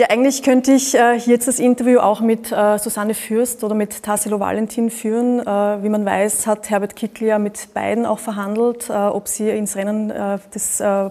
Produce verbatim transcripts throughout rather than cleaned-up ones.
Ja, eigentlich könnte ich äh, hier jetzt das Interview auch mit äh, Susanne Fürst oder mit Tassilo Valentin führen. Äh, wie man weiß, hat Herbert Kickl ja mit beiden auch verhandelt, äh, ob sie ins Rennen äh, des äh,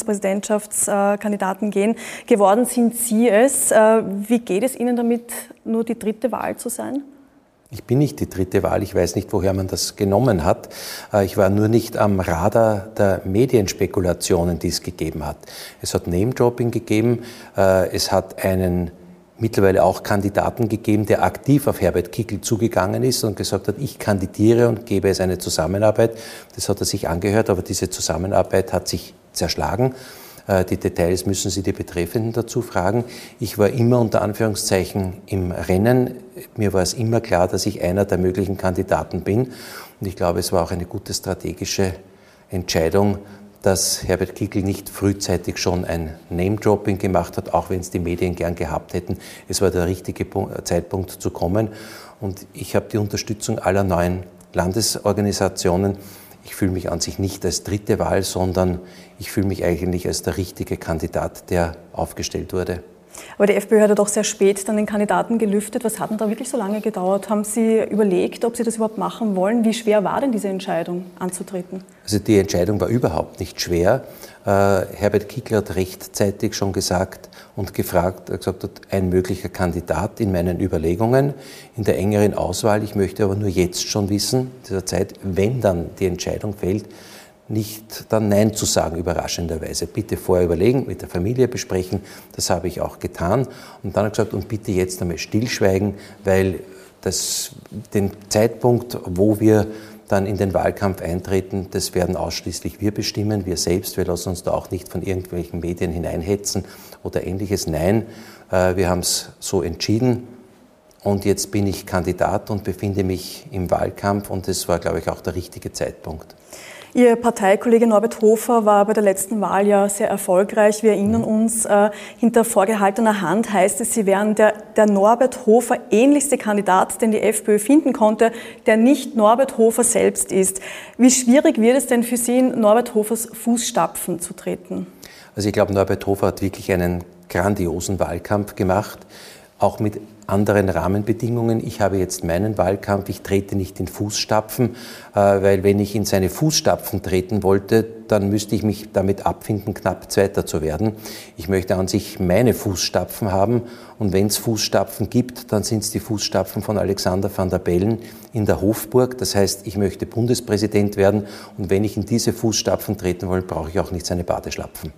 Bundespräsidentschaftskandidaten gehen. Geworden sind Sie es. Äh, wie geht es Ihnen damit, nur die dritte Wahl zu sein? Ich bin nicht die dritte Wahl, ich weiß nicht, woher man das genommen hat. Ich war nur nicht am Radar der Medienspekulationen, die es gegeben hat. Es hat Name-Dropping gegeben, es hat einen mittlerweile auch Kandidaten gegeben, der aktiv auf Herbert Kickl zugegangen ist und gesagt hat, ich kandidiere und gebe es eine Zusammenarbeit. Das hat er sich angehört, aber diese Zusammenarbeit hat sich zerschlagen. Die Details müssen Sie die Betreffenden dazu fragen. Ich war immer unter Anführungszeichen im Rennen. Mir war es immer klar, dass ich einer der möglichen Kandidaten bin. Und ich glaube, es war auch eine gute strategische Entscheidung, dass Herbert Kickl nicht frühzeitig schon ein Name-Dropping gemacht hat, auch wenn es die Medien gern gehabt hätten. Es war der richtige Zeitpunkt zu kommen. Und ich habe die Unterstützung aller neuen Landesorganisationen. Ich fühle mich an sich nicht als dritte Wahl, sondern ich fühle mich eigentlich als der richtige Kandidat, der aufgestellt wurde. Aber die FPÖ hat ja doch sehr spät dann den Kandidaten gelüftet. Was hat denn da wirklich so lange gedauert? Haben Sie überlegt, ob Sie das überhaupt machen wollen? Wie schwer war denn diese Entscheidung, anzutreten? Also die Entscheidung war überhaupt nicht schwer. Äh, Herbert Kickl hat rechtzeitig schon gesagt und gefragt, er gesagt hat, ein möglicher Kandidat in meinen Überlegungen, in der engeren Auswahl. Ich möchte aber nur jetzt schon wissen, in dieser Zeit, wenn dann die Entscheidung fällt, nicht dann Nein zu sagen, überraschenderweise. Bitte vorher überlegen, mit der Familie besprechen, das habe ich auch getan. Und dann hat er gesagt, und bitte jetzt einmal stillschweigen, weil das, den Zeitpunkt, wo wir dann in den Wahlkampf eintreten, das werden ausschließlich wir bestimmen, wir selbst. Wir lassen uns da auch nicht von irgendwelchen Medien hineinhetzen oder Ähnliches. Nein, wir haben es so entschieden. Und jetzt bin ich Kandidat und befinde mich im Wahlkampf. Und das war, glaube ich, auch der richtige Zeitpunkt. Ihr Parteikollege Norbert Hofer war bei der letzten Wahl ja sehr erfolgreich. Wir erinnern uns, äh, hinter vorgehaltener Hand heißt es, Sie wären der, der Norbert Hofer ähnlichste Kandidat, den die FPÖ finden konnte, der nicht Norbert Hofer selbst ist. Wie schwierig wird es denn für Sie, in Norbert Hofers Fußstapfen zu treten? Also ich glaube, Norbert Hofer hat wirklich einen grandiosen Wahlkampf gemacht, auch mit anderen Rahmenbedingungen. Ich habe jetzt meinen Wahlkampf, ich trete nicht in Fußstapfen, weil wenn ich in seine Fußstapfen treten wollte, dann müsste ich mich damit abfinden, knapp Zweiter zu werden. Ich möchte an sich meine Fußstapfen haben und wenn es Fußstapfen gibt, dann sind es die Fußstapfen von Alexander Van der Bellen in der Hofburg. Das heißt, ich möchte Bundespräsident werden und wenn ich in diese Fußstapfen treten will, brauche ich auch nicht seine Badeschlapfen.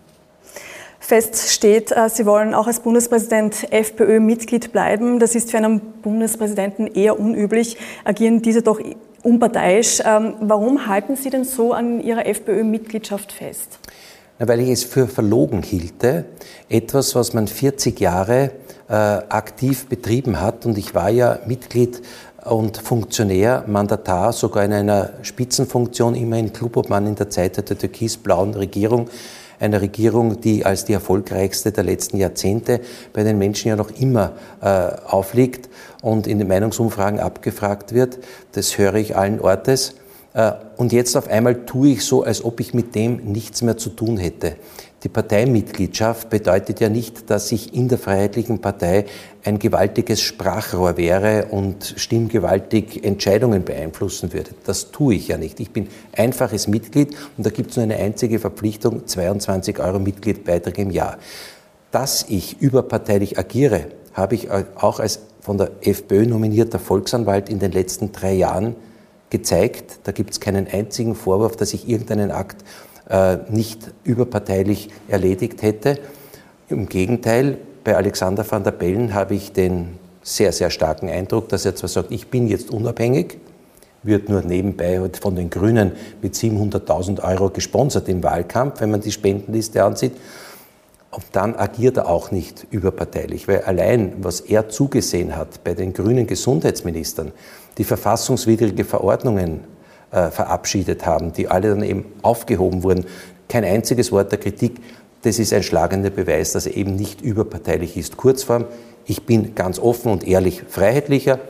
Fest steht, Sie wollen auch als Bundespräsident FPÖ-Mitglied bleiben. Das ist für einen Bundespräsidenten eher unüblich. Agieren diese doch unparteiisch. Warum halten Sie denn so an Ihrer FPÖ-Mitgliedschaft fest? Na, weil ich es für verlogen hielte. Etwas, was man vierzig Jahre äh, aktiv betrieben hat. Und ich war ja Mitglied und Funktionär, Mandatar, sogar in einer Spitzenfunktion, immerhin Klubobmann in der Zeit der türkis-blauen Regierung. Eine Regierung, die als die erfolgreichste der letzten Jahrzehnte bei den Menschen ja noch immer äh, aufliegt und in den Meinungsumfragen abgefragt wird. Das höre ich allen Ortes. Äh, und jetzt auf einmal tue ich so, als ob ich mit dem nichts mehr zu tun hätte. Die Parteimitgliedschaft bedeutet ja nicht, dass ich in der Freiheitlichen Partei ein gewaltiges Sprachrohr wäre und stimmgewaltig Entscheidungen beeinflussen würde. Das tue ich ja nicht. Ich bin einfaches Mitglied und da gibt es nur eine einzige Verpflichtung, zweiundzwanzig Euro Mitgliedbeitrag im Jahr. Dass ich überparteilich agiere, habe ich auch als von der FPÖ nominierter Volksanwalt in den letzten drei Jahren gezeigt. Da gibt es keinen einzigen Vorwurf, dass ich irgendeinen Akt nicht überparteilich erledigt hätte. Im Gegenteil, bei Alexander Van der Bellen habe ich den sehr, sehr starken Eindruck, dass er zwar sagt, ich bin jetzt unabhängig, wird nur nebenbei von den Grünen mit siebenhunderttausend Euro gesponsert im Wahlkampf, wenn man die Spendenliste ansieht. Und dann agiert er auch nicht überparteilich, weil allein, was er zugesehen hat bei den grünen Gesundheitsministern, die verfassungswidrige Verordnungen äh, verabschiedet haben, die alle dann eben aufgehoben wurden, kein einziges Wort der Kritik, das ist ein schlagender Beweis, dass er eben nicht überparteilich ist. Kurzform, ich bin ganz offen und ehrlich Freiheitlicher,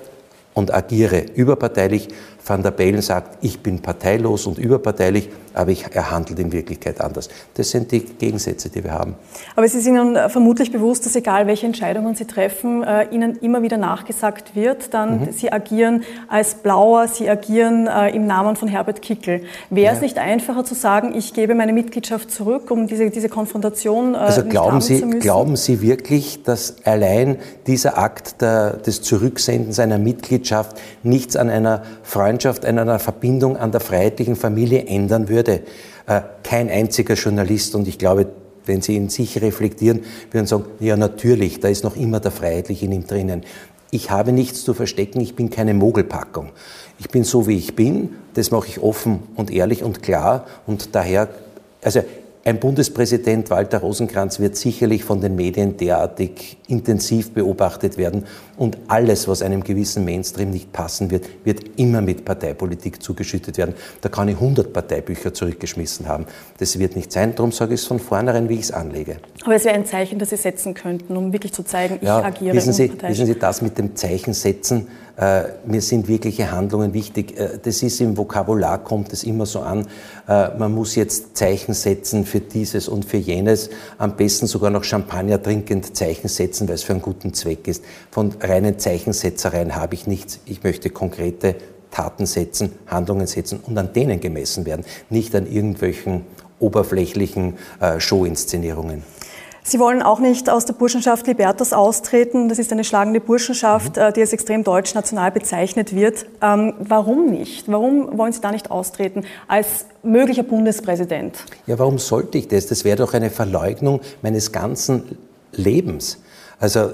und agiere überparteilich. Van der Bellen sagt, ich bin parteilos und überparteilich, aber ich, er handelt in Wirklichkeit anders. Das sind die Gegensätze, die wir haben. Aber Sie sind Ihnen vermutlich bewusst, dass egal welche Entscheidungen Sie treffen, äh, Ihnen immer wieder nachgesagt wird, dann mhm. Sie agieren als Blauer, Sie agieren äh, im Namen von Herbert Kickl. Wäre ja. es nicht einfacher zu sagen, ich gebe meine Mitgliedschaft zurück, um diese, diese Konfrontation äh, also nicht glauben haben Sie, zu müssen? Glauben Sie wirklich, dass allein dieser Akt der, des Zurücksendens einer Mitgliedschaft nichts an einer Freundschaft, an einer Verbindung an der freiheitlichen Familie ändern würde? Äh, kein einziger Journalist, und ich glaube, wenn Sie in sich reflektieren, würden sagen, ja natürlich, da ist noch immer der Freiheitliche in ihm drinnen. Ich habe nichts zu verstecken, ich bin keine Mogelpackung. Ich bin so, wie ich bin, das mache ich offen und ehrlich und klar, und daher, also ein Bundespräsident, Walter Rosenkranz, wird sicherlich von den Medien derartig intensiv beobachtet werden, und alles, was einem gewissen Mainstream nicht passen wird, wird immer mit Parteipolitik zugeschüttet werden. Da kann ich hundert Parteibücher zurückgeschmissen haben. Das wird nicht sein, darum sage ich es von vornherein, wie ich es anlege. Aber es wäre ein Zeichen, das Sie setzen könnten, um wirklich zu zeigen, ich ja, agiere wissen Sie, unparteiisch. wissen Sie, das mit dem Zeichen setzen, äh, mir sind wirkliche Handlungen wichtig. Äh, das ist im Vokabular, kommt es immer so an, äh, man muss jetzt Zeichen setzen für dieses und für jenes, am besten sogar noch Champagner trinkend Zeichen setzen, weil es für einen guten Zweck ist. Von reinen Zeichensetzereien habe ich nichts. Ich möchte konkrete Taten setzen, Handlungen setzen und an denen gemessen werden, nicht an irgendwelchen oberflächlichen äh, Showinszenierungen. Sie wollen auch nicht aus der Burschenschaft Libertas austreten. Das ist eine schlagende Burschenschaft, mhm. die als extrem deutsch-national bezeichnet wird. Ähm, warum nicht? Warum wollen Sie da nicht austreten als möglicher Bundespräsident? Ja, warum sollte ich das? Das wäre doch eine Verleugnung meines ganzen Lebens. Also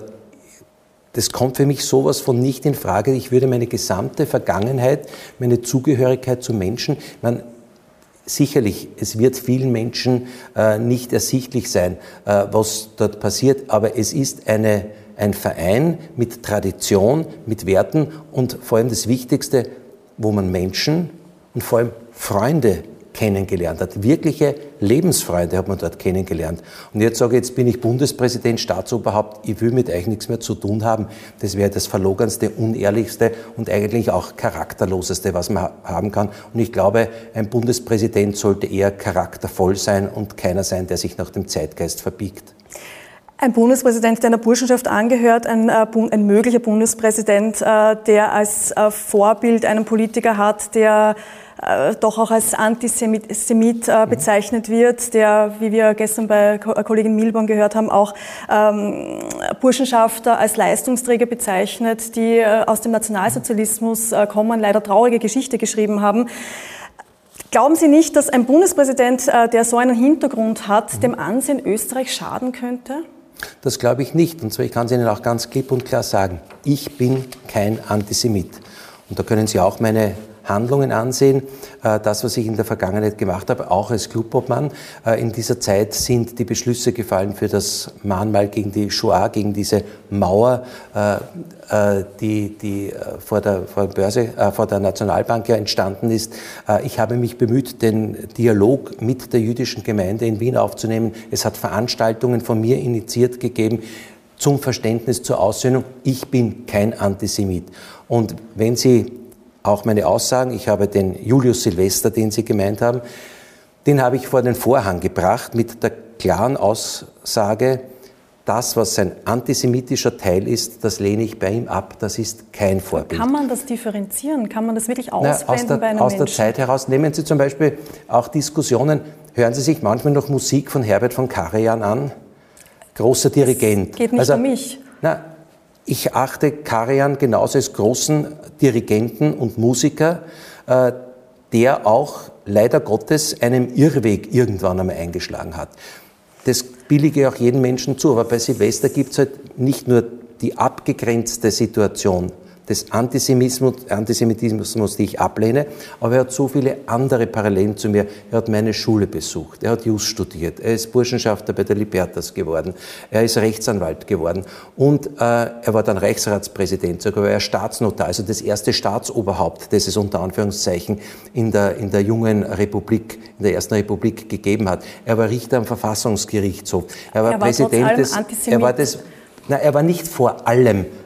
das kommt für mich sowas von nicht in Frage. Ich würde meine gesamte Vergangenheit, meine Zugehörigkeit zu Menschen, man, sicherlich, es wird vielen Menschen äh, nicht ersichtlich sein, äh, was dort passiert, aber es ist eine, ein Verein mit Tradition, mit Werten und vor allem das Wichtigste, wo man Menschen und vor allem Freunde kennengelernt hat. Wirkliche Lebensfreunde hat man dort kennengelernt. Und jetzt sage ich, jetzt bin ich Bundespräsident, Staatsoberhaupt, ich will mit euch nichts mehr zu tun haben. Das wäre das verlogenste, unehrlichste und eigentlich auch charakterloseste, was man haben kann. Und ich glaube, ein Bundespräsident sollte eher charaktervoll sein und keiner sein, der sich nach dem Zeitgeist verbiegt. Ein Bundespräsident, der einer Burschenschaft angehört, ein, äh, ein möglicher Bundespräsident, äh, der als äh, Vorbild einen Politiker hat, der äh, doch auch als Antisemit Semit, äh, bezeichnet wird, der, wie wir gestern bei Ko Kollegin Milborn gehört haben, auch ähm, Burschenschafter als Leistungsträger bezeichnet, die äh, aus dem Nationalsozialismus äh, kommen, leider traurige Geschichte geschrieben haben. Glauben Sie nicht, dass ein Bundespräsident, äh, der so einen Hintergrund hat, dem Ansehen Österreichs schaden könnte? Das glaube ich nicht. Und zwar, ich kann es Ihnen auch ganz klipp und klar sagen, ich bin kein Antisemit. Und da können Sie auch meine Handlungen ansehen, das, was ich in der Vergangenheit gemacht habe, auch als Clubobmann. In dieser Zeit sind die Beschlüsse gefallen für das Mahnmal gegen die Shoah, gegen diese Mauer, die, die vor der, vor der Börse, vor der Nationalbank ja entstanden ist. Ich habe mich bemüht, den Dialog mit der jüdischen Gemeinde in Wien aufzunehmen. Es hat Veranstaltungen von mir initiiert gegeben zum Verständnis, zur Aussöhnung. Ich bin kein Antisemit. Und wenn Sie auch meine Aussagen, ich habe den Julius Silvester, den Sie gemeint haben, den habe ich vor den Vorhang gebracht mit der klaren Aussage, das, was sein antisemitischer Teil ist, das lehne ich bei ihm ab, das ist kein Vorbild. Kann man das differenzieren? Kann man das wirklich ausblenden Na, aus der, bei einem aus Menschen? Der Zeit heraus, nehmen Sie zum Beispiel auch Diskussionen, hören Sie sich manchmal noch Musik von Herbert von Karajan an? Großer Dirigent. Es geht nicht also, um mich. Na, ich achte Karajan genauso als großen Dirigenten und Musiker, äh, der auch leider Gottes einem Irrweg irgendwann einmal eingeschlagen hat. Das billige auch jedem Menschen zu, aber bei Silvester gibt es halt nicht nur die abgegrenzte Situation des Antisemitismus, Antisemitismus, die ich ablehne, aber er hat so viele andere Parallelen zu mir. Er hat meine Schule besucht, er hat Jus studiert, er ist Burschenschafter bei der Libertas geworden, er ist Rechtsanwalt geworden und äh, er war dann Reichsratspräsident, sogar er Staatsnotar, also das erste Staatsoberhaupt, das es unter Anführungszeichen in der, in der jungen Republik, in der ersten Republik gegeben hat. Er war Richter am Verfassungsgerichtshof, er war, er war Präsident des, er war das, na, er war nicht vor allem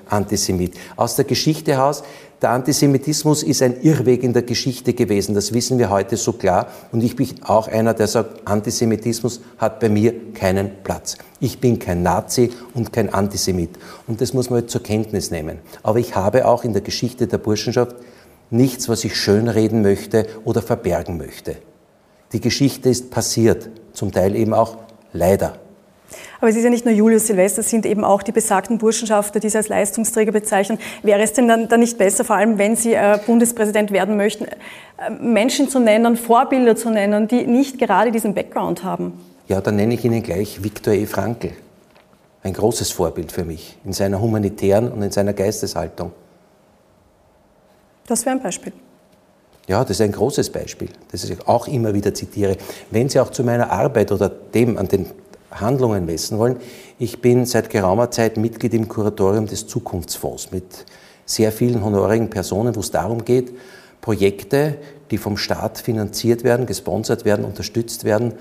Antisemit. Aus der Geschichte heraus, der Antisemitismus ist ein Irrweg in der Geschichte gewesen. Das wissen wir heute so klar. Und ich bin auch einer, der sagt, Antisemitismus hat bei mir keinen Platz. Ich bin kein Nazi und kein Antisemit. Und das muss man jetzt zur Kenntnis nehmen. Aber ich habe auch in der Geschichte der Burschenschaft nichts, was ich schönreden möchte oder verbergen möchte. Die Geschichte ist passiert, zum Teil eben auch leider. Aber es ist ja nicht nur Julius Silvester, es sind eben auch die besagten Burschenschafter, die Sie als Leistungsträger bezeichnen. Wäre es denn dann, dann nicht besser, vor allem wenn Sie äh, Bundespräsident werden möchten, äh, Menschen zu nennen, Vorbilder zu nennen, die nicht gerade diesen Background haben? Ja, dann nenne ich Ihnen gleich Viktor E. Frankl. Ein großes Vorbild für mich in seiner humanitären und in seiner Geisteshaltung. Das wäre ein Beispiel. Ja, das ist ein großes Beispiel, das ich auch immer wieder zitiere. Wenn Sie auch zu meiner Arbeit oder dem an den Handlungen messen wollen. Ich bin seit geraumer Zeit Mitglied im Kuratorium des Zukunftsfonds mit sehr vielen honorigen Personen, wo es darum geht, Projekte, die vom Staat finanziert werden, gesponsert werden, unterstützt werden,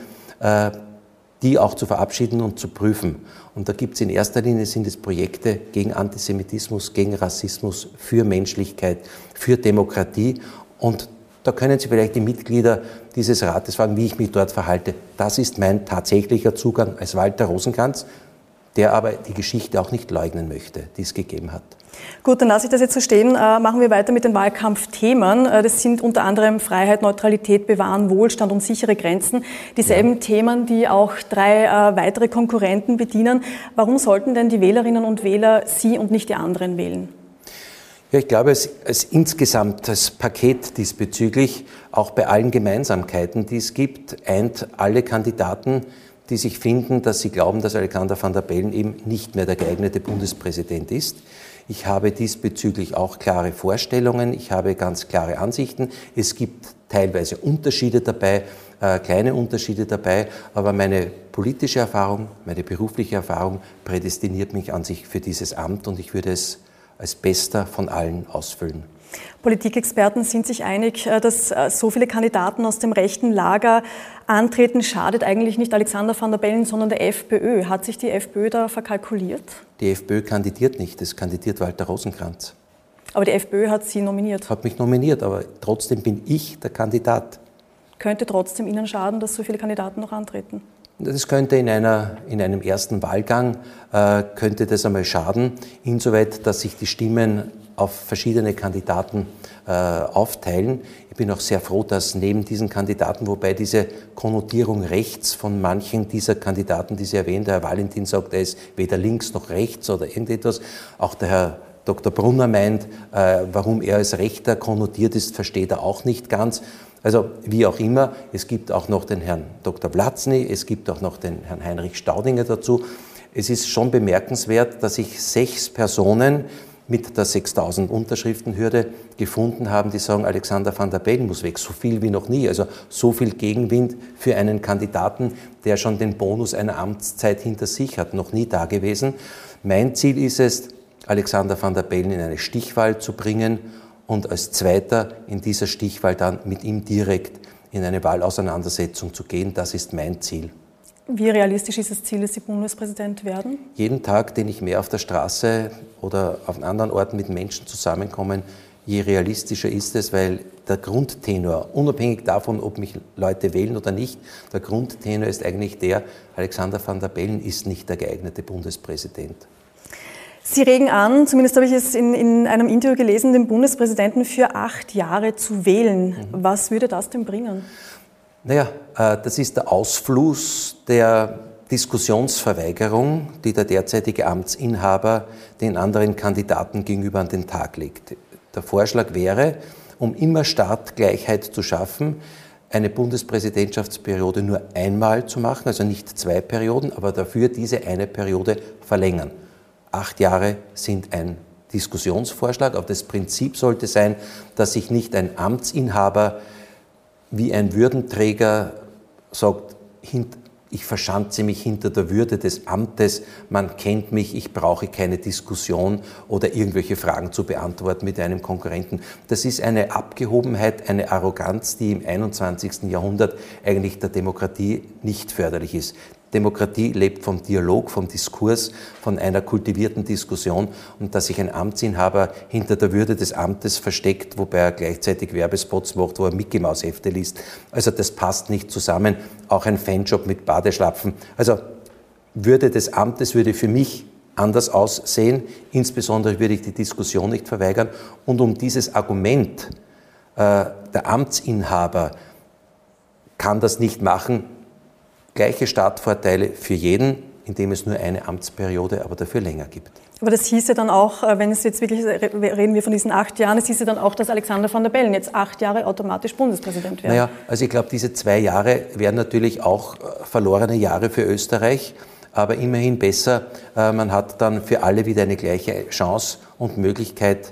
die auch zu verabschieden und zu prüfen. Und da gibt es in erster Linie sind es Projekte gegen Antisemitismus, gegen Rassismus, für Menschlichkeit, für Demokratie. Und da können Sie vielleicht die Mitglieder dieses Rates fragen, wie ich mich dort verhalte. Das ist mein tatsächlicher Zugang als Walter Rosenkranz, der aber die Geschichte auch nicht leugnen möchte, die es gegeben hat. Gut, dann lasse ich das jetzt so stehen. Äh, machen wir weiter mit den Wahlkampfthemen. Äh, das sind unter anderem Freiheit, Neutralität, Bewahren, Wohlstand und sichere Grenzen. Dieselben ja. Themen, die auch drei äh, weitere Konkurrenten bedienen. Warum sollten denn die Wählerinnen und Wähler Sie und nicht die anderen wählen? Ja, ich glaube, es, es insgesamt das Paket diesbezüglich, auch bei allen Gemeinsamkeiten, die es gibt, eint alle Kandidaten, die sich finden, dass sie glauben, dass Alexander Van der Bellen eben nicht mehr der geeignete Bundespräsident ist. Ich habe diesbezüglich auch klare Vorstellungen, ich habe ganz klare Ansichten. Es gibt teilweise Unterschiede dabei, äh, kleine Unterschiede dabei, aber meine politische Erfahrung, meine berufliche Erfahrung prädestiniert mich an sich für dieses Amt und ich würde es als Bester von allen ausfüllen. Politikexperten sind sich einig, dass so viele Kandidaten aus dem rechten Lager antreten, schadet eigentlich nicht Alexander Van der Bellen, sondern der FPÖ. Hat sich die FPÖ da verkalkuliert? Die FPÖ kandidiert nicht, es kandidiert Walter Rosenkranz. Aber die FPÖ hat Sie nominiert? Hat mich nominiert, aber trotzdem bin ich der Kandidat. Könnte trotzdem Ihnen schaden, dass so viele Kandidaten noch antreten? Das könnte in, einer, in einem ersten Wahlgang, äh, könnte das einmal schaden, insoweit, dass sich die Stimmen auf verschiedene Kandidaten äh, aufteilen. Ich bin auch sehr froh, dass neben diesen Kandidaten, wobei diese Konnotierung rechts von manchen dieser Kandidaten, die Sie erwähnt, der Herr Valentin sagt, er ist weder links noch rechts oder irgendetwas, auch der Herr Doktor Brunner meint, äh, warum er als Rechter konnotiert ist, versteht er auch nicht ganz. Also wie auch immer, es gibt auch noch den Herrn Doktor Vlatzny, es gibt auch noch den Herrn Heinrich Staudinger dazu. Es ist schon bemerkenswert, dass sich sechs Personen mit der sechstausend Unterschriften-Hürde gefunden haben, die sagen, Alexander Van der Bellen muss weg, so viel wie noch nie. Also so viel Gegenwind für einen Kandidaten, der schon den Bonus einer Amtszeit hinter sich hat, noch nie da gewesen. Mein Ziel ist es, Alexander Van der Bellen in eine Stichwahl zu bringen und als Zweiter in dieser Stichwahl dann mit ihm direkt in eine Wahlauseinandersetzung zu gehen. Das ist mein Ziel. Wie realistisch ist das Ziel, dass Sie Bundespräsident werden? Jeden Tag, den ich mehr auf der Straße oder auf anderen Orten mit Menschen zusammenkomme, je realistischer ist es, weil der Grundtenor, unabhängig davon, ob mich Leute wählen oder nicht, der Grundtenor ist eigentlich der, Alexander Van der Bellen ist nicht der geeignete Bundespräsident. Sie regen an, zumindest habe ich es in, in einem Interview gelesen, den Bundespräsidenten für acht Jahre zu wählen. Mhm. Was würde das denn bringen? Naja, das ist der Ausfluss der Diskussionsverweigerung, die der derzeitige Amtsinhaber den anderen Kandidaten gegenüber an den Tag legt. Der Vorschlag wäre, um immer Startgleichheit zu schaffen, eine Bundespräsidentschaftsperiode nur einmal zu machen, also nicht zwei Perioden, aber dafür diese eine Periode verlängern. Acht Jahre sind ein Diskussionsvorschlag, aber das Prinzip sollte sein, dass sich nicht ein Amtsinhaber wie ein Würdenträger sagt, ich verschanze mich hinter der Würde des Amtes, man kennt mich, ich brauche keine Diskussion oder irgendwelche Fragen zu beantworten mit einem Konkurrenten. Das ist eine Abgehobenheit, eine Arroganz, die im einundzwanzigsten Jahrhundert eigentlich der Demokratie nicht förderlich ist. Demokratie lebt vom Dialog, vom Diskurs, von einer kultivierten Diskussion und dass sich ein Amtsinhaber hinter der Würde des Amtes versteckt, wobei er gleichzeitig Werbespots macht, wo er Mickey-Maus-Hefte liest. Also das passt nicht zusammen. Auch ein Fanjob mit Badeschlapfen. Also Würde des Amtes würde für mich anders aussehen. Insbesondere würde ich die Diskussion nicht verweigern. Und um dieses Argument, äh, der Amtsinhaber kann das nicht machen, gleiche Startvorteile für jeden, indem es nur eine Amtsperiode, aber dafür länger gibt. Aber das hieße dann auch, wenn es jetzt wirklich, reden wir von diesen acht Jahren, es hieße dann auch, dass Alexander Van der Bellen jetzt acht Jahre automatisch Bundespräsident wäre. Naja, also ich glaube, diese zwei Jahre wären natürlich auch verlorene Jahre für Österreich, aber immerhin besser, man hat dann für alle wieder eine gleiche Chance und Möglichkeit.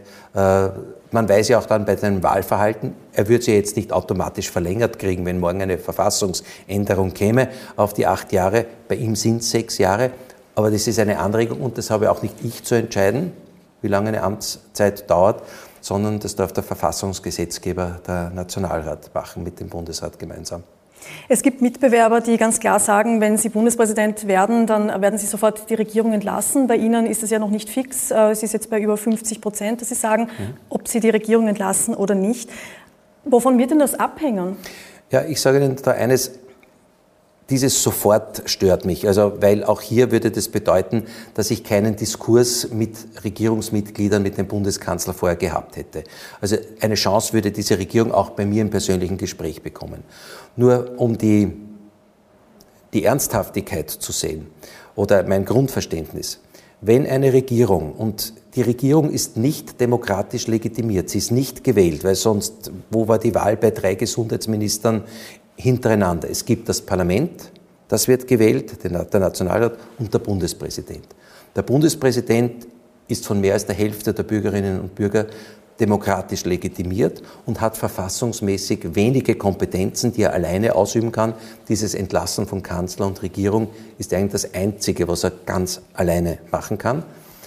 Man weiß ja auch dann bei seinem Wahlverhalten, er würde sie jetzt nicht automatisch verlängert kriegen, wenn morgen eine Verfassungsänderung käme auf die acht Jahre. Bei ihm sind es sechs Jahre, aber das ist eine Anregung und das habe auch nicht ich zu entscheiden, wie lange eine Amtszeit dauert, sondern das darf der Verfassungsgesetzgeber, der Nationalrat, machen mit dem Bundesrat gemeinsam. Es gibt Mitbewerber, die ganz klar sagen, wenn Sie Bundespräsident werden, dann werden Sie sofort die Regierung entlassen. Bei Ihnen ist es ja noch nicht fix. Es ist jetzt bei über fünfzig Prozent, dass Sie sagen, mhm. ob Sie die Regierung entlassen oder nicht. Wovon wird denn das abhängen? Ja, ich sage Ihnen da eines. Dieses sofort stört mich, also weil auch hier würde das bedeuten, dass ich keinen Diskurs mit Regierungsmitgliedern, mit dem Bundeskanzler vorher gehabt hätte. Also eine Chance würde diese Regierung auch bei mir im persönlichen Gespräch bekommen. Nur um die, die Ernsthaftigkeit zu sehen oder mein Grundverständnis, wenn eine Regierung, und die Regierung ist nicht demokratisch legitimiert, sie ist nicht gewählt, weil sonst, wo war die Wahl bei drei Gesundheitsministern hintereinander? Es gibt das Parlament, das wird gewählt, der Nationalrat und der Bundespräsident. Der Bundespräsident ist von mehr als der Hälfte der Bürgerinnen und Bürger demokratisch legitimiert und hat verfassungsmäßig wenige Kompetenzen, die er alleine ausüben kann. Dieses Entlassen von Kanzler und Regierung ist eigentlich das Einzige, was er ganz alleine machen kann.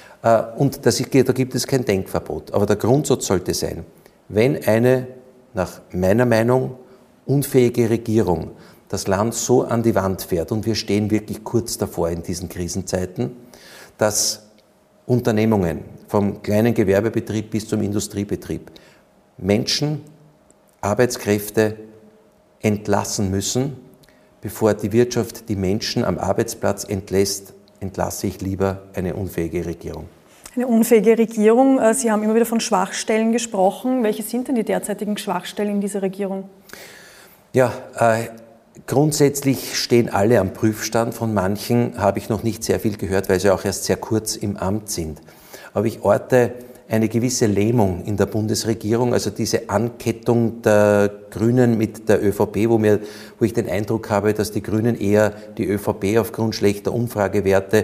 Und das ist, da gibt es kein Denkverbot. Aber der Grundsatz sollte sein, wenn eine, nach meiner Meinung, unfähige Regierung das Land so an die Wand fährt, und wir stehen wirklich kurz davor in diesen Krisenzeiten, dass Unternehmungen vom kleinen Gewerbebetrieb bis zum Industriebetrieb Menschen, Arbeitskräfte entlassen müssen, bevor die Wirtschaft die Menschen am Arbeitsplatz entlässt, entlasse ich lieber eine unfähige Regierung. Eine unfähige Regierung. Sie haben immer wieder von Schwachstellen gesprochen. Welche sind denn die derzeitigen Schwachstellen in dieser Regierung? Ja, äh, grundsätzlich stehen alle am Prüfstand. Von manchen habe ich noch nicht sehr viel gehört, weil sie auch erst sehr kurz im Amt sind. Aber ich orte eine gewisse Lähmung in der Bundesregierung, also diese Ankettung der Grünen mit der ÖVP, wo, mir, wo ich den Eindruck habe, dass die Grünen eher die ÖVP aufgrund schlechter Umfragewerte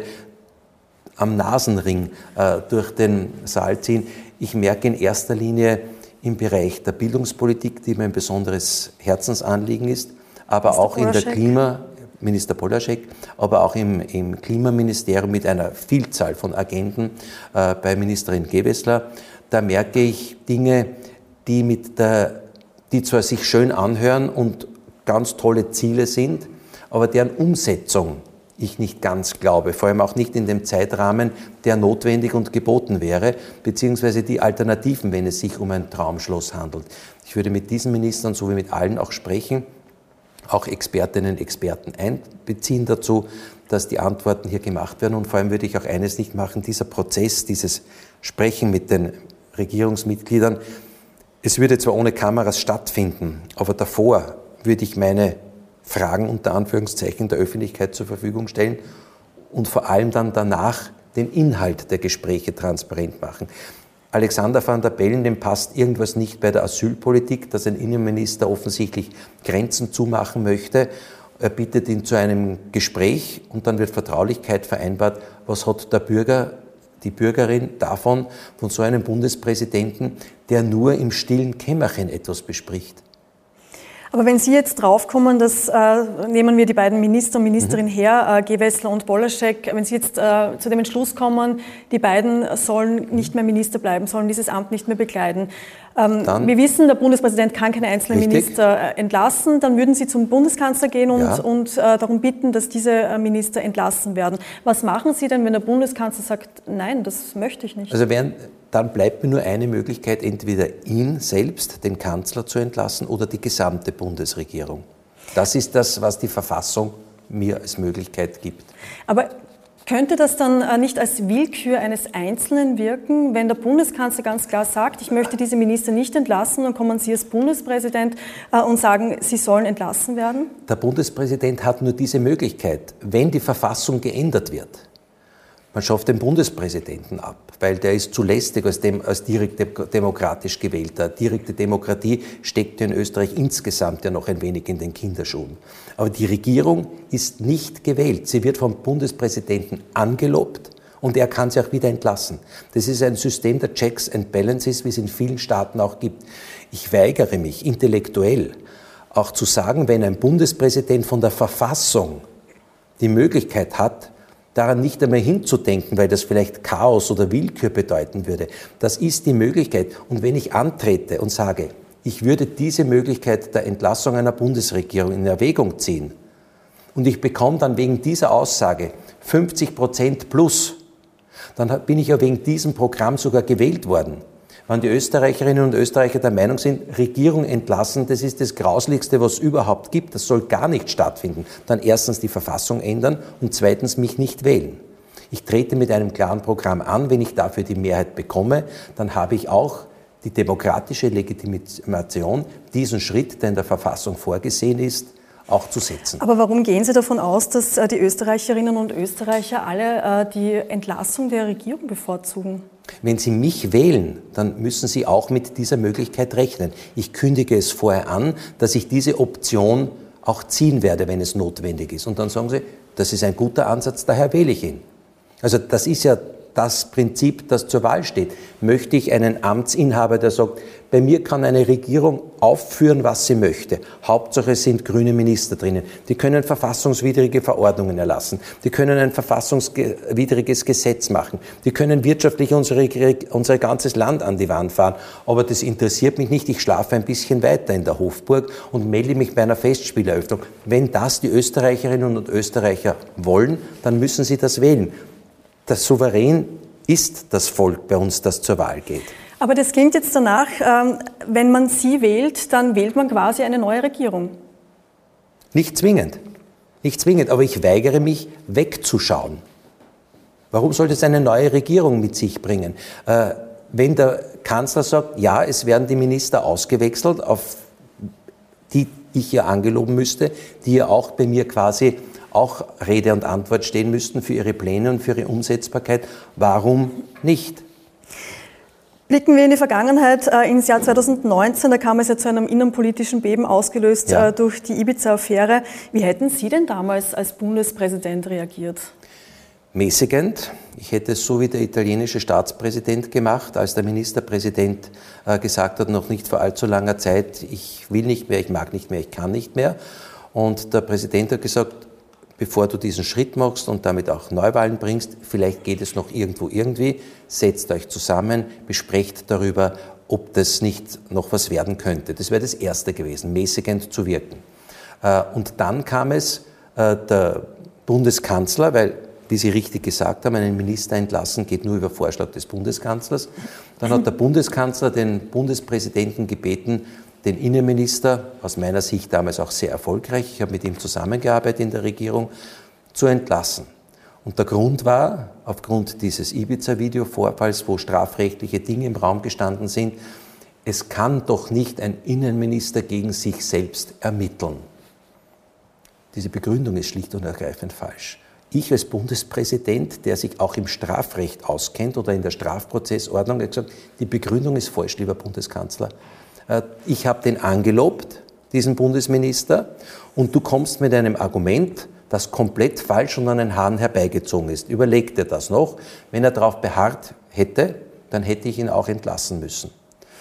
am Nasenring äh, durch den Saal ziehen. Ich merke in erster Linie im Bereich der Bildungspolitik, die mir ein besonderes Herzensanliegen ist, aber Minister auch in der Klima, Minister Polaschek, aber auch im, im Klimaministerium mit einer Vielzahl von Agenden äh, bei Ministerin Gewessler. Da merke ich Dinge, die, mit der, die zwar sich schön anhören und ganz tolle Ziele sind, aber deren Umsetzung ich nicht ganz glaube, vor allem auch nicht in dem Zeitrahmen, der notwendig und geboten wäre, beziehungsweise die Alternativen, wenn es sich um ein Traumschloss handelt. Ich würde mit diesen Ministern, so wie mit allen, auch sprechen, auch Expertinnen und Experten einbeziehen dazu, dass die Antworten hier gemacht werden. Und vor allem würde ich auch eines nicht machen, dieser Prozess, dieses Sprechen mit den Regierungsmitgliedern, es würde zwar ohne Kameras stattfinden, aber davor würde ich meine Fragen unter Anführungszeichen der Öffentlichkeit zur Verfügung stellen und vor allem dann danach den Inhalt der Gespräche transparent machen. Alexander Van der Bellen, dem passt irgendwas nicht bei der Asylpolitik, dass ein Innenminister offensichtlich Grenzen zumachen möchte. Er bittet ihn zu einem Gespräch und dann wird Vertraulichkeit vereinbart. Was hat der Bürger, die Bürgerin davon, von so einem Bundespräsidenten, der nur im stillen Kämmerchen etwas bespricht? Aber wenn Sie jetzt draufkommen, dass, äh, nehmen wir die beiden Minister und Ministerinnen mhm. her, äh, Gewessler und Bollaschek, wenn Sie jetzt äh, zu dem Entschluss kommen, die beiden sollen nicht mehr Minister bleiben, sollen dieses Amt nicht mehr bekleiden. Ähm, wir wissen, der Bundespräsident kann keine einzelnen richtig. Minister äh, entlassen. Dann würden Sie zum Bundeskanzler gehen und, ja. und äh, darum bitten, dass diese äh, Minister entlassen werden. Was machen Sie denn, wenn der Bundeskanzler sagt, nein, das möchte ich nicht? Also während, dann bleibt mir nur eine Möglichkeit, entweder ihn selbst, den Kanzler, zu entlassen oder die gesamte Bundesregierung. Das ist das, was die Verfassung mir als Möglichkeit gibt. Aber könnte das dann nicht als Willkür eines Einzelnen wirken, wenn der Bundeskanzler ganz klar sagt, ich möchte diese Minister nicht entlassen, dann kommen Sie als Bundespräsident und sagen, sie sollen entlassen werden? Der Bundespräsident hat nur diese Möglichkeit, wenn die Verfassung geändert wird. Man schafft den Bundespräsidenten ab, weil der ist zu lästig als, dem, als direkt demokratisch gewählter. Direkte Demokratie steckt in Österreich insgesamt ja noch ein wenig in den Kinderschuhen. Aber die Regierung ist nicht gewählt. Sie wird vom Bundespräsidenten angelobt und er kann sie auch wieder entlassen. Das ist ein System der Checks and Balances, wie es in vielen Staaten auch gibt. Ich weigere mich intellektuell auch zu sagen, wenn ein Bundespräsident von der Verfassung die Möglichkeit hat, daran nicht einmal hinzudenken, weil das vielleicht Chaos oder Willkür bedeuten würde. Das ist die Möglichkeit. Und wenn ich antrete und sage, ich würde diese Möglichkeit der Entlassung einer Bundesregierung in Erwägung ziehen und ich bekomme dann wegen dieser Aussage fünfzig Prozent plus, dann bin ich ja wegen diesem Programm sogar gewählt worden. Wenn die Österreicherinnen und Österreicher der Meinung sind, Regierung entlassen, das ist das Grauslichste, was es überhaupt gibt, das soll gar nicht stattfinden, dann erstens die Verfassung ändern und zweitens mich nicht wählen. Ich trete mit einem klaren Programm an, wenn ich dafür die Mehrheit bekomme, dann habe ich auch die demokratische Legitimation, diesen Schritt, der in der Verfassung vorgesehen ist, auch zu setzen. Aber warum gehen Sie davon aus, dass die Österreicherinnen und Österreicher alle die Entlassung der Regierung bevorzugen? Wenn Sie mich wählen, dann müssen Sie auch mit dieser Möglichkeit rechnen. Ich kündige es vorher an, dass ich diese Option auch ziehen werde, wenn es notwendig ist. Und dann sagen Sie, das ist ein guter Ansatz, daher wähle ich ihn. Also das ist ja das Prinzip, das zur Wahl steht. Möchte ich einen Amtsinhaber, der sagt, bei mir kann eine Regierung aufführen, was sie möchte. Hauptsache es sind grüne Minister drinnen. Die können verfassungswidrige Verordnungen erlassen. Die können ein verfassungswidriges Gesetz machen. Die können wirtschaftlich unsere, unser ganzes Land an die Wand fahren. Aber das interessiert mich nicht. Ich schlafe ein bisschen weiter in der Hofburg und melde mich bei einer Festspieleröffnung. Wenn das die Österreicherinnen und Österreicher wollen, dann müssen sie das wählen. Das Souverän ist das Volk bei uns, das zur Wahl geht. Aber das klingt jetzt danach, wenn man Sie wählt, dann wählt man quasi eine neue Regierung. Nicht zwingend. Nicht zwingend, aber ich weigere mich, wegzuschauen. Warum sollte es eine neue Regierung mit sich bringen? Wenn der Kanzler sagt, ja, es werden die Minister ausgewechselt, auf die ich ja angeloben müsste, die ja auch bei mir quasi auch Rede und Antwort stehen müssten für ihre Pläne und für ihre Umsetzbarkeit. Warum nicht? Blicken wir in die Vergangenheit, äh, ins Jahr zweitausendneunzehn, da kam es ja zu einem innenpolitischen Beben, ausgelöst ja. äh, durch die Ibiza-Affäre. Wie hätten Sie denn damals als Bundespräsident reagiert? Mäßigend. Ich hätte es so wie der italienische Staatspräsident gemacht, als der Ministerpräsident äh, gesagt hat, noch nicht vor allzu langer Zeit, ich will nicht mehr, ich mag nicht mehr, ich kann nicht mehr. Und der Präsident hat gesagt, bevor du diesen Schritt machst und damit auch Neuwahlen bringst, vielleicht geht es noch irgendwo irgendwie, setzt euch zusammen, besprecht darüber, ob das nicht noch was werden könnte. Das wäre das Erste gewesen, mäßigend zu wirken. Und dann kam es, der Bundeskanzler, weil, wie Sie richtig gesagt haben, einen Minister entlassen geht nur über Vorschlag des Bundeskanzlers. Dann hat der Bundeskanzler den Bundespräsidenten gebeten, den Innenminister, aus meiner Sicht damals auch sehr erfolgreich, ich habe mit ihm zusammengearbeitet in der Regierung, zu entlassen. Und der Grund war, aufgrund dieses Ibiza-Video-Vorfalls, wo strafrechtliche Dinge im Raum gestanden sind, es kann doch nicht ein Innenminister gegen sich selbst ermitteln. Diese Begründung ist schlicht und ergreifend falsch. Ich als Bundespräsident, der sich auch im Strafrecht auskennt oder in der Strafprozessordnung, habe gesagt, die Begründung ist falsch, lieber Bundeskanzler. Ich habe den angelobt, diesen Bundesminister, und du kommst mit einem Argument, das komplett falsch und an den Haaren herbeigezogen ist. Überleg dir das noch. Wenn er darauf beharrt hätte, dann hätte ich ihn auch entlassen müssen.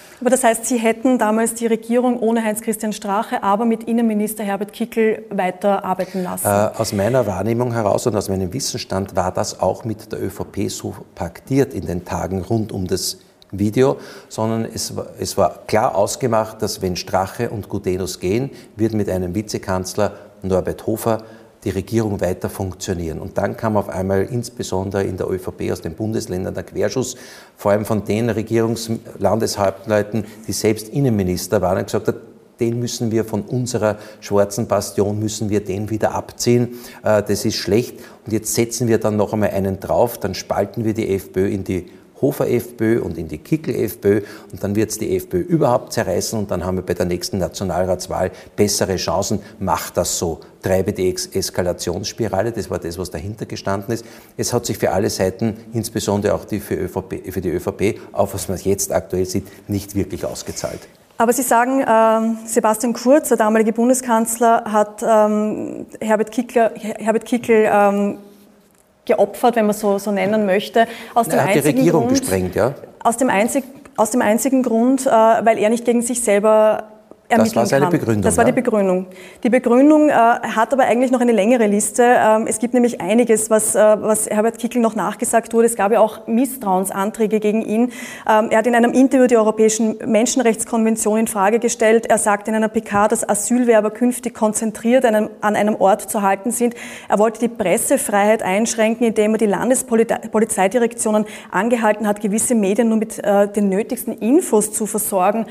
Aber das heißt, Sie hätten damals die Regierung ohne Heinz-Christian Strache, aber mit Innenminister Herbert Kickl weiterarbeiten lassen? Äh, aus meiner Wahrnehmung heraus und aus meinem Wissensstand war das auch mit der ÖVP so paktiert in den Tagen rund um das Video, sondern es war, es war klar ausgemacht, dass wenn Strache und Gudenus gehen, wird mit einem Vizekanzler Norbert Hofer die Regierung weiter funktionieren. Und dann kam auf einmal insbesondere in der ÖVP aus den Bundesländern der Querschuss, vor allem von den Regierungslandeshauptleuten, die selbst Innenminister waren, und gesagt hat, den müssen wir von unserer schwarzen Bastion, müssen wir den wieder abziehen. Das ist schlecht. Und jetzt setzen wir dann noch einmal einen drauf, dann spalten wir die FPÖ in die Hofer-FPÖ und in die Kickl-FPÖ und dann wird es die FPÖ überhaupt zerreißen und dann haben wir bei der nächsten Nationalratswahl bessere Chancen. Macht das so, treibe die Eskalationsspirale, das war das, was dahinter gestanden ist. Es hat sich für alle Seiten, insbesondere auch die für, ÖVP, für die ÖVP, auch was man jetzt aktuell sieht, nicht wirklich ausgezahlt. Aber Sie sagen, äh, Sebastian Kurz, der damalige Bundeskanzler, hat ähm, Herbert Kickl, Herbert Kickl ähm, geopfert, wenn man so, so nennen möchte, aus dem er hat einzigen die Regierung Grund, gesprengt, ja. Aus dem, einzig, aus dem einzigen Grund, äh, weil er nicht gegen sich selber ermitteln kann. Das war seine Begründung. Das war ja? die Begründung. Die Begründung äh, hat aber eigentlich noch eine längere Liste. Ähm, es gibt nämlich einiges, was, äh, was Herbert Kickl noch nachgesagt wurde. Es gab ja auch Misstrauensanträge gegen ihn. Ähm, er hat in einem Interview die Europäischen Menschenrechtskonvention in Frage gestellt. Er sagt in einer P K, dass Asylwerber künftig konzentriert einem, an einem Ort zu halten sind. Er wollte die Pressefreiheit einschränken, indem er die Landespolizeidirektionen angehalten hat, gewisse Medien nur mit äh, den nötigsten Infos zu versorgen.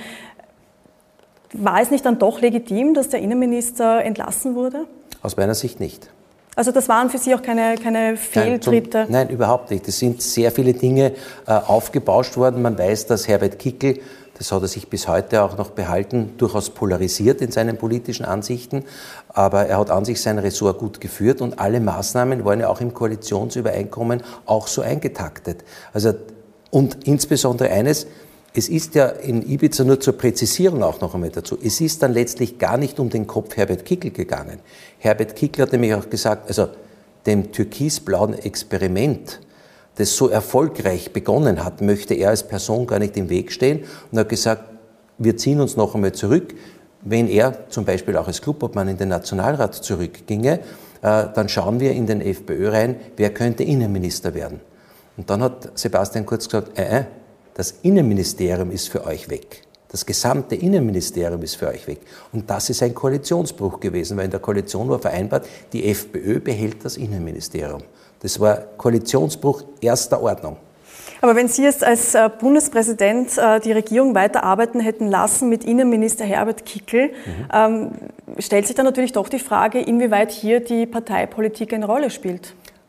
War es nicht dann doch legitim, dass der Innenminister entlassen wurde? Aus meiner Sicht nicht. Also das waren für Sie auch keine, keine Fehltritte? Nein, zum, nein, überhaupt nicht. Es sind sehr viele Dinge äh, aufgebauscht worden. Man weiß, dass Herbert Kickl, das hat er sich bis heute auch noch behalten, durchaus polarisiert in seinen politischen Ansichten. Aber er hat an sich sein Ressort gut geführt und alle Maßnahmen waren ja auch im Koalitionsübereinkommen auch so eingetaktet. Also, und insbesondere eines, es ist ja in Ibiza nur zur Präzisierung auch noch einmal dazu. Es ist dann letztlich gar nicht um den Kopf Herbert Kickl gegangen. Herbert Kickl hat nämlich auch gesagt, also dem türkisblauen Experiment, das so erfolgreich begonnen hat, möchte er als Person gar nicht im Weg stehen und hat gesagt, wir ziehen uns noch einmal zurück. Wenn er zum Beispiel auch als Clubobmann in den Nationalrat zurückginge, dann schauen wir in den FPÖ rein, wer könnte Innenminister werden. Und dann hat Sebastian Kurz gesagt, äh, äh, das Innenministerium ist für euch weg. Das gesamte Innenministerium ist für euch weg. Und das ist ein Koalitionsbruch gewesen, weil in der Koalition war vereinbart, die FPÖ behält das Innenministerium. Das war Koalitionsbruch erster Ordnung. Aber wenn Sie jetzt als Bundespräsident die Regierung weiterarbeiten hätten lassen mit Innenminister Herbert Kickl, mhm. ähm, stellt sich dann natürlich doch die Frage, inwieweit hier die Parteipolitik eine Rolle spielt.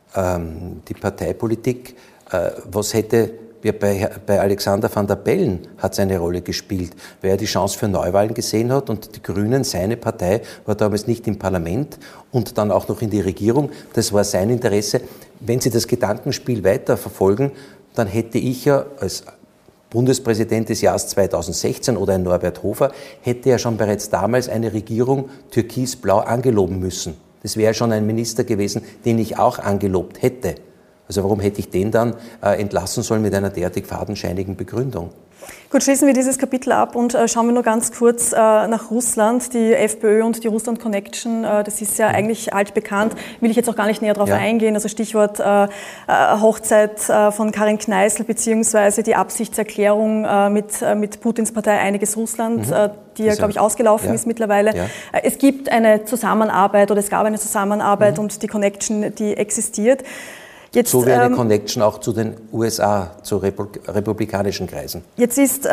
Ähm, die Parteipolitik, äh, was hätte... Bei, bei Alexander Van der Bellen hat es eine Rolle gespielt, weil er die Chance für Neuwahlen gesehen hat und die Grünen, seine Partei, war damals nicht im Parlament und dann auch noch in die Regierung. Das war sein Interesse. Wenn Sie das Gedankenspiel weiter verfolgen, dann hätte ich ja als Bundespräsident des Jahres zweitausendsechzehn oder ein Norbert Hofer, hätte er schon bereits damals eine Regierung türkisblau angeloben müssen. Das wäre schon ein Minister gewesen, den ich auch angelobt hätte. Also warum hätte ich den dann äh, entlassen sollen mit einer derartig fadenscheinigen Begründung? Gut, schließen wir dieses Kapitel ab und äh, schauen wir nur ganz kurz äh, nach Russland. Die FPÖ und die Russland Connection, äh, das ist ja mhm. eigentlich altbekannt, will ich jetzt auch gar nicht näher darauf ja. eingehen. Also Stichwort äh, Hochzeit äh, von Karin Kneißl beziehungsweise die Absichtserklärung äh, mit, äh, mit Putins Partei Einiges Russland, mhm. äh, die ja, glaube ich, ausgelaufen ja. ist mittlerweile. Ja. Es gibt eine Zusammenarbeit oder es gab eine Zusammenarbeit mhm. und die Connection, die existiert. Jetzt, so wie eine ähm, Connection auch zu den U S A, zu republikanischen Kreisen. Jetzt ist äh,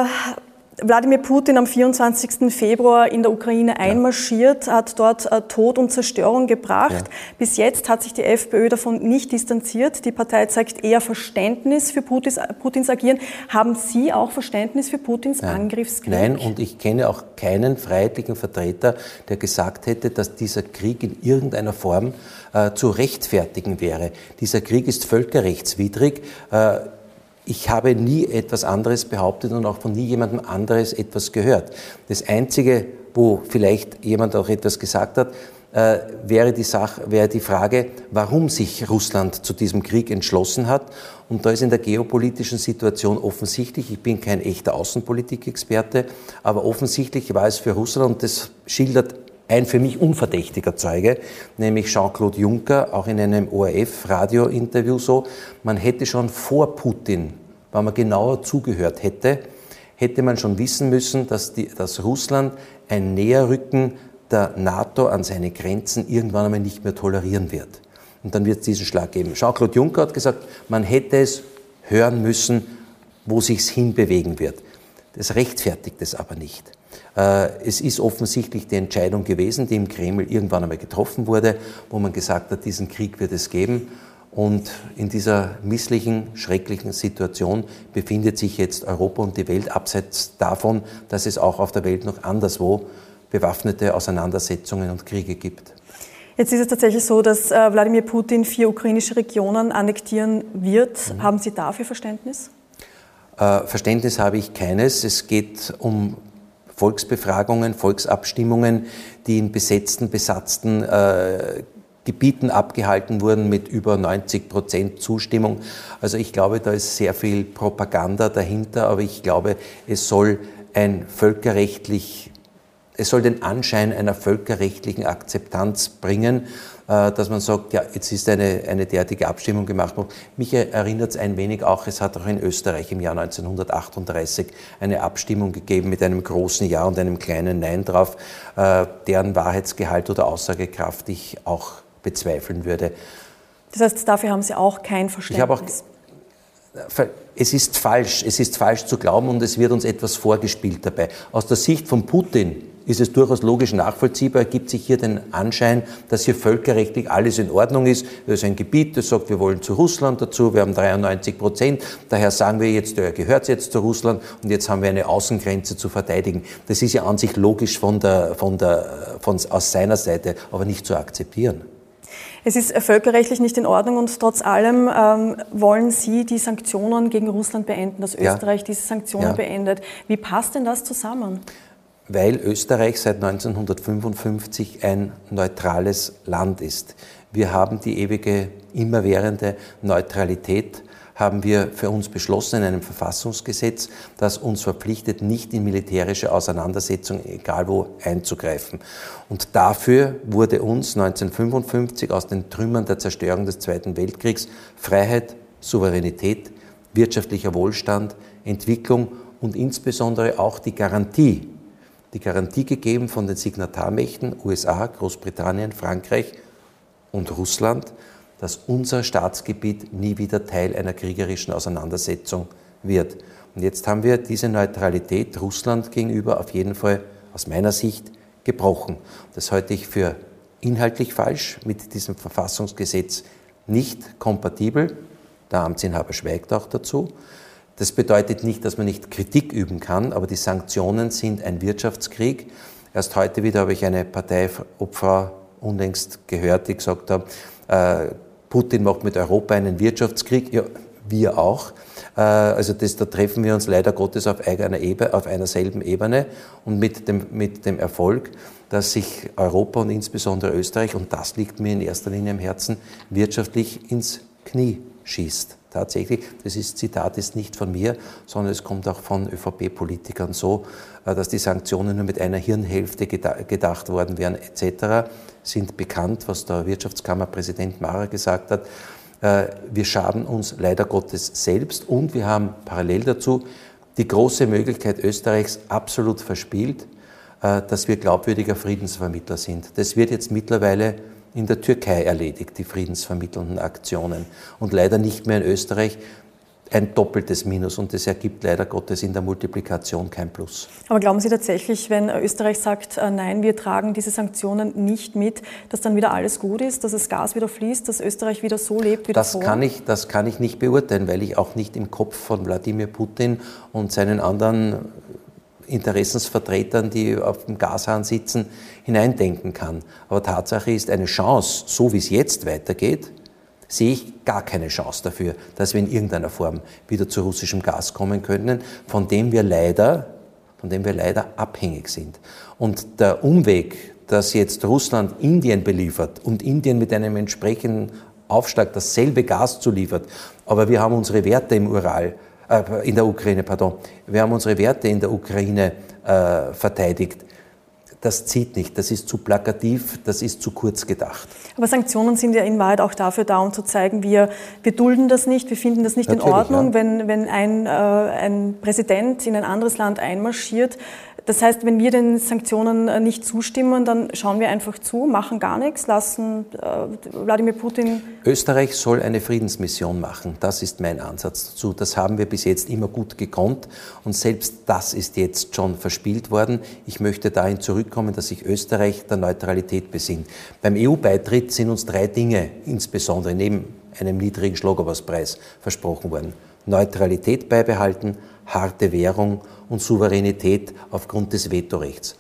Wladimir Putin am vierundzwanzigsten Februar in der Ukraine einmarschiert, hat dort äh, Tod und Zerstörung gebracht. Ja. Bis jetzt hat sich die FPÖ davon nicht distanziert. Die Partei zeigt eher Verständnis für Putins, Putins Agieren. Haben Sie auch Verständnis für Putins Nein. Angriffskrieg? Nein, und ich kenne auch keinen freiheitlichen Vertreter, der gesagt hätte, dass dieser Krieg in irgendeiner Form äh, zu rechtfertigen wäre. Dieser Krieg ist völkerrechtswidrig. Äh, Ich habe nie etwas anderes behauptet und auch von nie jemandem anderes etwas gehört. Das Einzige, wo vielleicht jemand auch etwas gesagt hat, äh, wäre, die Sache, wäre die Frage, warum sich Russland zu diesem Krieg entschlossen hat. Und da ist in der geopolitischen Situation offensichtlich, ich bin kein echter Außenpolitikexperte, aber offensichtlich war es für Russland, und das schildert ein für mich unverdächtiger Zeuge, nämlich Jean-Claude Juncker, auch in einem O R F-Radio-Interview so, man hätte schon vor Putin, wenn man genauer zugehört hätte, hätte man schon wissen müssen, dass, die, dass Russland ein Näherrücken der NATO an seine Grenzen irgendwann einmal nicht mehr tolerieren wird. Und dann wird es diesen Schlag geben. Jean-Claude Juncker hat gesagt, man hätte es hören müssen, wo sich's hinbewegen wird. Das rechtfertigt es aber nicht. Es ist offensichtlich die Entscheidung gewesen, die im Kreml irgendwann einmal getroffen wurde, wo man gesagt hat, diesen Krieg wird es geben. Und in dieser misslichen, schrecklichen Situation befindet sich jetzt Europa und die Welt, abseits davon, dass es auch auf der Welt noch anderswo bewaffnete Auseinandersetzungen und Kriege gibt. Jetzt ist es tatsächlich so, dass äh, Wladimir Putin vier ukrainische Regionen annektieren wird. Mhm. Haben Sie dafür Verständnis? Äh, Verständnis habe ich keines. Es geht um Volksbefragungen, Volksabstimmungen, die in besetzten, besatzten äh, Gebieten abgehalten wurden mit über neunzig Prozent Zustimmung. Also ich glaube, da ist sehr viel Propaganda dahinter, aber ich glaube, es soll ein völkerrechtlich, es soll den Anschein einer völkerrechtlichen Akzeptanz bringen, dass man sagt, ja, jetzt ist eine, eine derartige Abstimmung gemacht worden. Mich erinnert es ein wenig auch, es hat auch in Österreich im Jahr neunzehnhundertachtunddreißig eine Abstimmung gegeben mit einem großen Ja und einem kleinen Nein drauf, deren Wahrheitsgehalt oder Aussagekraft ich auch bezweifeln würde. Das heißt, dafür haben Sie auch kein Verständnis? Ich habe auch, es ist falsch, es ist falsch zu glauben und es wird uns etwas vorgespielt dabei. Aus der Sicht von Putin ist es durchaus logisch nachvollziehbar, ergibt sich hier den Anschein, dass hier völkerrechtlich alles in Ordnung ist. Das ist ein Gebiet, das sagt, wir wollen zu Russland dazu, wir haben dreiundneunzig Prozent, daher sagen wir jetzt, der gehört jetzt zu Russland und jetzt haben wir eine Außengrenze zu verteidigen. Das ist ja an sich logisch von der, von der, von, aus seiner Seite, aber nicht zu akzeptieren. Es ist völkerrechtlich nicht in Ordnung und trotz allem ähm, wollen Sie die Sanktionen gegen Russland beenden, dass Österreich ja. diese Sanktionen ja. beendet. Wie passt denn das zusammen? Weil Österreich seit neunzehnhundertfünfundfünfzig ein neutrales Land ist. Wir haben die ewige, immerwährende Neutralität, haben wir für uns beschlossen in einem Verfassungsgesetz, das uns verpflichtet, nicht in militärische Auseinandersetzungen, egal wo, einzugreifen. Und dafür wurde uns neunzehnhundertfünfundfünfzig aus den Trümmern der Zerstörung des Zweiten Weltkriegs Freiheit, Souveränität, wirtschaftlicher Wohlstand, Entwicklung und insbesondere auch die Garantie, die Garantie gegeben von den Signatarmächten U S A, Großbritannien, Frankreich und Russland, dass unser Staatsgebiet nie wieder Teil einer kriegerischen Auseinandersetzung wird. Und jetzt haben wir diese Neutralität Russland gegenüber auf jeden Fall aus meiner Sicht gebrochen. Das halte ich für inhaltlich falsch, mit diesem Verfassungsgesetz nicht kompatibel. Der Amtsinhaber schweigt auch dazu. Das bedeutet nicht, dass man nicht Kritik üben kann, aber die Sanktionen sind ein Wirtschaftskrieg. Erst heute wieder habe ich eine Parteiobfrau unlängst gehört, die gesagt hat, äh, Putin macht mit Europa einen Wirtschaftskrieg. Ja, wir auch. Äh, also das, da treffen wir uns leider Gottes auf einer Ebene, auf einer selben Ebene und mit dem, mit dem Erfolg, dass sich Europa und insbesondere Österreich, und das liegt mir in erster Linie am Herzen, wirtschaftlich ins Knie schießt. Tatsächlich, das ist, Zitat ist nicht von mir, sondern es kommt auch von ÖVP-Politikern so, dass die Sanktionen nur mit einer Hirnhälfte gedacht worden wären et cetera, sind bekannt, was der Wirtschaftskammerpräsident Mara gesagt hat. Wir schaden uns leider Gottes selbst und wir haben parallel dazu die große Möglichkeit Österreichs absolut verspielt, dass wir glaubwürdiger Friedensvermittler sind. Das wird jetzt mittlerweile in der Türkei erledigt, die friedensvermittelnden Aktionen. Und leider nicht mehr in Österreich, ein doppeltes Minus. Und das ergibt leider Gottes in der Multiplikation kein Plus. Aber glauben Sie tatsächlich, wenn Österreich sagt, nein, wir tragen diese Sanktionen nicht mit, dass dann wieder alles gut ist, dass das Gas wieder fließt, dass Österreich wieder so lebt wie das davor? Kann ich, das kann ich nicht beurteilen, weil ich auch nicht im Kopf von Wladimir Putin und seinen anderen Interessensvertretern, die auf dem Gashahn sitzen, hineindenken kann. Aber Tatsache ist, eine Chance, so wie es jetzt weitergeht, sehe ich gar keine Chance dafür, dass wir in irgendeiner Form wieder zu russischem Gas kommen können, von dem wir leider, von dem wir leider abhängig sind. Und der Umweg dass jetzt Russland Indien beliefert und Indien mit einem entsprechenden Aufschlag dasselbe Gas zuliefert, aber wir haben unsere Werte im Ural, äh, in der Ukraine, pardon, wir haben unsere Werte in der Ukraine äh, verteidigt. Das zieht nicht, das ist zu plakativ, das ist zu kurz gedacht. Aber Sanktionen sind ja in Wahrheit auch dafür da, um zu zeigen, wir, wir dulden das nicht, wir finden das nicht Natürlich, in Ordnung, ja. wenn, wenn ein, äh, ein Präsident in ein anderes Land einmarschiert. Das heißt, wenn wir den Sanktionen nicht zustimmen, dann schauen wir einfach zu, machen gar nichts, lassen äh, Wladimir Putin... Österreich soll eine Friedensmission machen. Das ist mein Ansatz dazu. Das haben wir bis jetzt immer gut gekonnt und selbst das ist jetzt schon verspielt worden. Ich möchte dahin zurückkommen, dass sich Österreich der Neutralität besinnt. Beim E U-Beitritt sind uns drei Dinge insbesondere neben einem niedrigen Schlagobers-Preis versprochen worden. Neutralität beibehalten, harte Währung und Souveränität aufgrund des Vetorechts.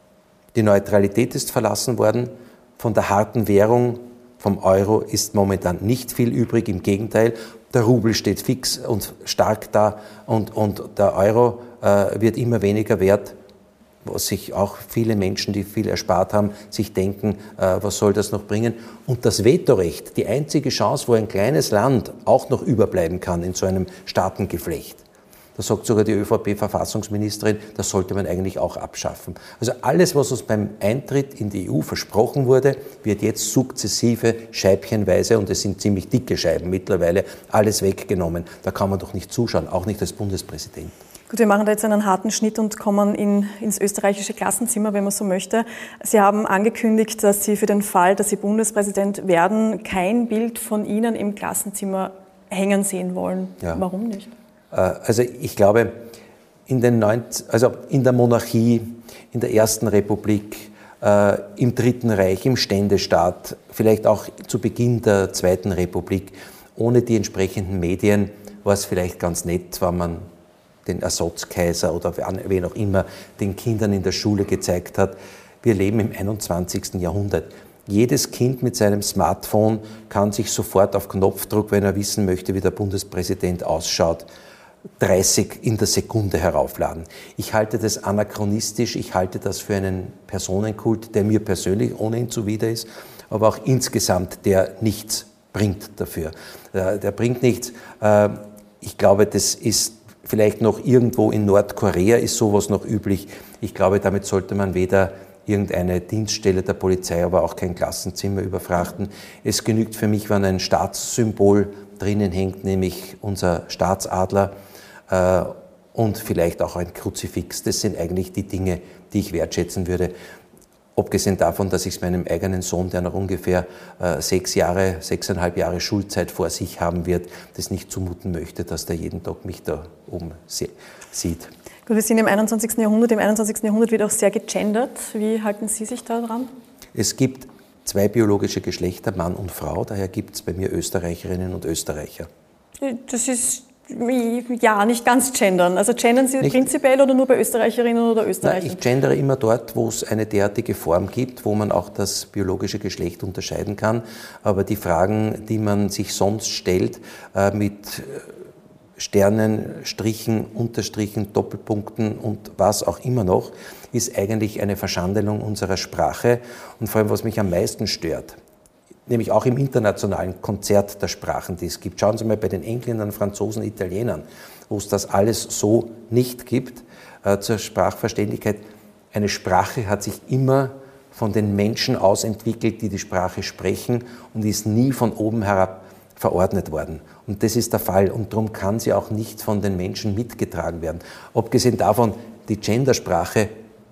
Die Neutralität ist verlassen worden, von der harten Währung, vom Euro ist momentan nicht viel übrig, im Gegenteil, der Rubel steht fix und stark da und, und der Euro äh, wird immer weniger wert, was sich auch viele Menschen, die viel erspart haben, sich denken, äh, was soll das noch bringen? Und das Vetorecht, die einzige Chance, wo ein kleines Land auch noch überbleiben kann in so einem Staatengeflecht. Da sagt sogar die ÖVP-Verfassungsministerin, das sollte man eigentlich auch abschaffen. Also alles, was uns beim Eintritt in die E U versprochen wurde, wird jetzt sukzessive, scheibchenweise, und es sind ziemlich dicke Scheiben mittlerweile, alles weggenommen. Da kann man doch nicht zuschauen, auch nicht als Bundespräsident. Gut, wir machen da jetzt einen harten Schnitt und kommen in, ins österreichische Klassenzimmer, wenn man so möchte. Sie haben angekündigt, dass Sie für den Fall, dass Sie Bundespräsident werden, kein Bild von Ihnen im Klassenzimmer hängen sehen wollen. Ja. Warum nicht? Also ich glaube, in, den neunzig, also in der Monarchie, in der Ersten Republik, äh, im Dritten Reich, im Ständestaat, vielleicht auch zu Beginn der Zweiten Republik, ohne die entsprechenden Medien war es vielleicht ganz nett, wenn man den Ersatzkaiser oder wen auch immer den Kindern in der Schule gezeigt hat. Wir leben im einundzwanzigsten Jahrhundert. Jedes Kind mit seinem Smartphone kann sich sofort auf Knopfdruck, wenn er wissen möchte, wie der Bundespräsident ausschaut, dreißig in der Sekunde heraufladen. Ich halte das anachronistisch, ich halte das für einen Personenkult, der mir persönlich ohnehin zuwider ist, aber auch insgesamt, der nichts bringt dafür. Der bringt nichts. Ich glaube, das ist vielleicht noch irgendwo in Nordkorea ist sowas noch üblich. Ich glaube, damit sollte man weder irgendeine Dienststelle der Polizei, aber auch kein Klassenzimmer überfrachten. Es genügt für mich, wenn ein Staatssymbol drinnen hängt, nämlich unser Staatsadler äh, und vielleicht auch ein Kruzifix. Das sind eigentlich die Dinge, die ich wertschätzen würde. Abgesehen davon, dass ich es meinem eigenen Sohn, der noch ungefähr äh, sechs Jahre, sechseinhalb Jahre Schulzeit vor sich haben wird, das nicht zumuten möchte, dass der jeden Tag mich da oben se- sieht. Gut, wir sind im einundzwanzigsten Jahrhundert. Im einundzwanzigsten Jahrhundert wird auch sehr gegendert. Wie halten Sie sich da dran? Es gibt zwei biologische Geschlechter, Mann und Frau. Daher gibt es bei mir Österreicherinnen und Österreicher. Das ist ja nicht ganz gendern. Also gendern Sie nicht prinzipiell oder nur bei Österreicherinnen oder Österreichern? Nein, ich gendere immer dort, wo es eine derartige Form gibt, wo man auch das biologische Geschlecht unterscheiden kann. Aber die Fragen, die man sich sonst stellt, äh, mit Sternen, Strichen, Unterstrichen, Doppelpunkten und was auch immer noch, ist eigentlich eine Verschandelung unserer Sprache. Und vor allem, was mich am meisten stört, nämlich auch im internationalen Konzert der Sprachen, die es gibt. Schauen Sie mal bei den Engländern, Franzosen, Italienern, wo es das alles so nicht gibt, äh, zur Sprachverständigkeit. Eine Sprache hat sich immer von den Menschen aus entwickelt, die die Sprache sprechen und ist nie von oben herab verordnet worden. Und das ist der Fall. Und darum kann sie auch nicht von den Menschen mitgetragen werden. Abgesehen davon, die Gendersprache,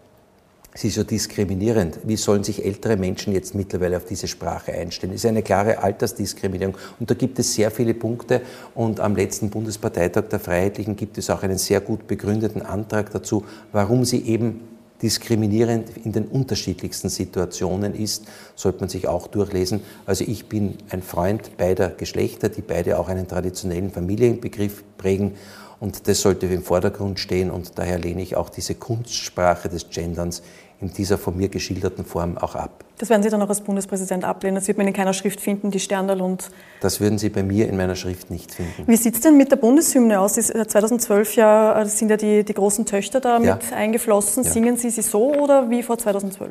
sie ist ja diskriminierend. Wie sollen sich ältere Menschen jetzt mittlerweile auf diese Sprache einstellen? Das ist eine klare Altersdiskriminierung. Und da gibt es sehr viele Punkte. Und am letzten Bundesparteitag der Freiheitlichen gibt es auch einen sehr gut begründeten Antrag dazu, warum sie eben diskriminierend in den unterschiedlichsten Situationen ist, sollte man sich auch durchlesen. Also ich bin ein Freund beider Geschlechter, die beide auch einen traditionellen Familienbegriff prägen und das sollte im Vordergrund stehen und daher lehne ich auch diese Kunstsprache des Genderns in dieser von mir geschilderten Form auch ab. Das werden Sie dann auch als Bundespräsident ablehnen? Das wird man in keiner Schrift finden, die Sterndal und... Das würden Sie bei mir in meiner Schrift nicht finden. Wie sieht es denn mit der Bundeshymne aus? zweitausendzwölf ja, sind ja die, die großen Töchter da ja. mit eingeflossen. Ja. Singen Sie sie so oder wie vor zweitausendzwölf?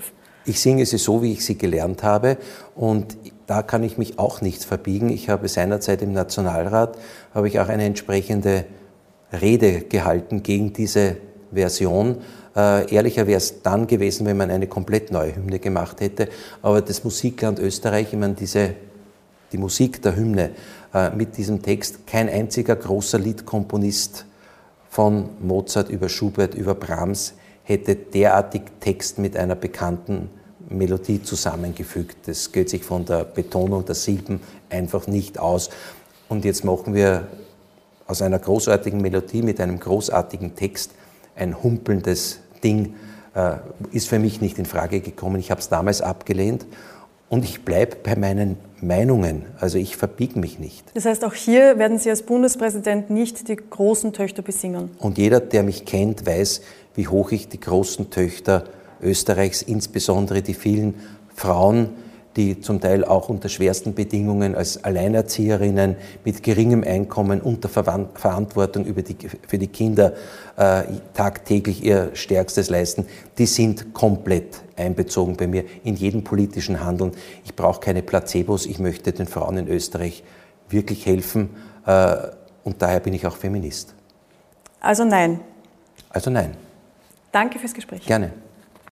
Ich singe sie so, wie ich sie gelernt habe, und da kann ich mich auch nicht verbiegen. Ich habe seinerzeit im Nationalrat, habe ich auch eine entsprechende Rede gehalten gegen diese Version. Äh, ehrlicher wäre es dann gewesen, wenn man eine komplett neue Hymne gemacht hätte, aber das Musikland Österreich, ich meine, diese, die Musik der Hymne äh, mit diesem Text, kein einziger großer Liedkomponist von Mozart über Schubert, über Brahms hätte derartig Text mit einer bekannten Melodie zusammengefügt. Das geht sich von der Betonung der Silben einfach nicht aus. Und jetzt machen wir aus einer großartigen Melodie mit einem großartigen Text ein humpelndes Ding, äh, ist für mich nicht in Frage gekommen. Ich habe es damals abgelehnt und ich bleibe bei meinen Meinungen. Also ich verbiege mich nicht. Das heißt, auch hier werden Sie als Bundespräsident nicht die großen Töchter besingen? Und jeder, der mich kennt, weiß, wie hoch ich die großen Töchter Österreichs, insbesondere die vielen Frauen, die zum Teil auch unter schwersten Bedingungen als Alleinerzieherinnen mit geringem Einkommen unter Verantwortung über die, für die Kinder äh, tagtäglich ihr Stärkstes leisten, die sind komplett einbezogen bei mir in jedem politischen Handeln. Ich brauche keine Placebos, ich möchte den Frauen in Österreich wirklich helfen äh, und daher bin ich auch Feminist. Also nein. Also nein. Danke fürs Gespräch. Gerne.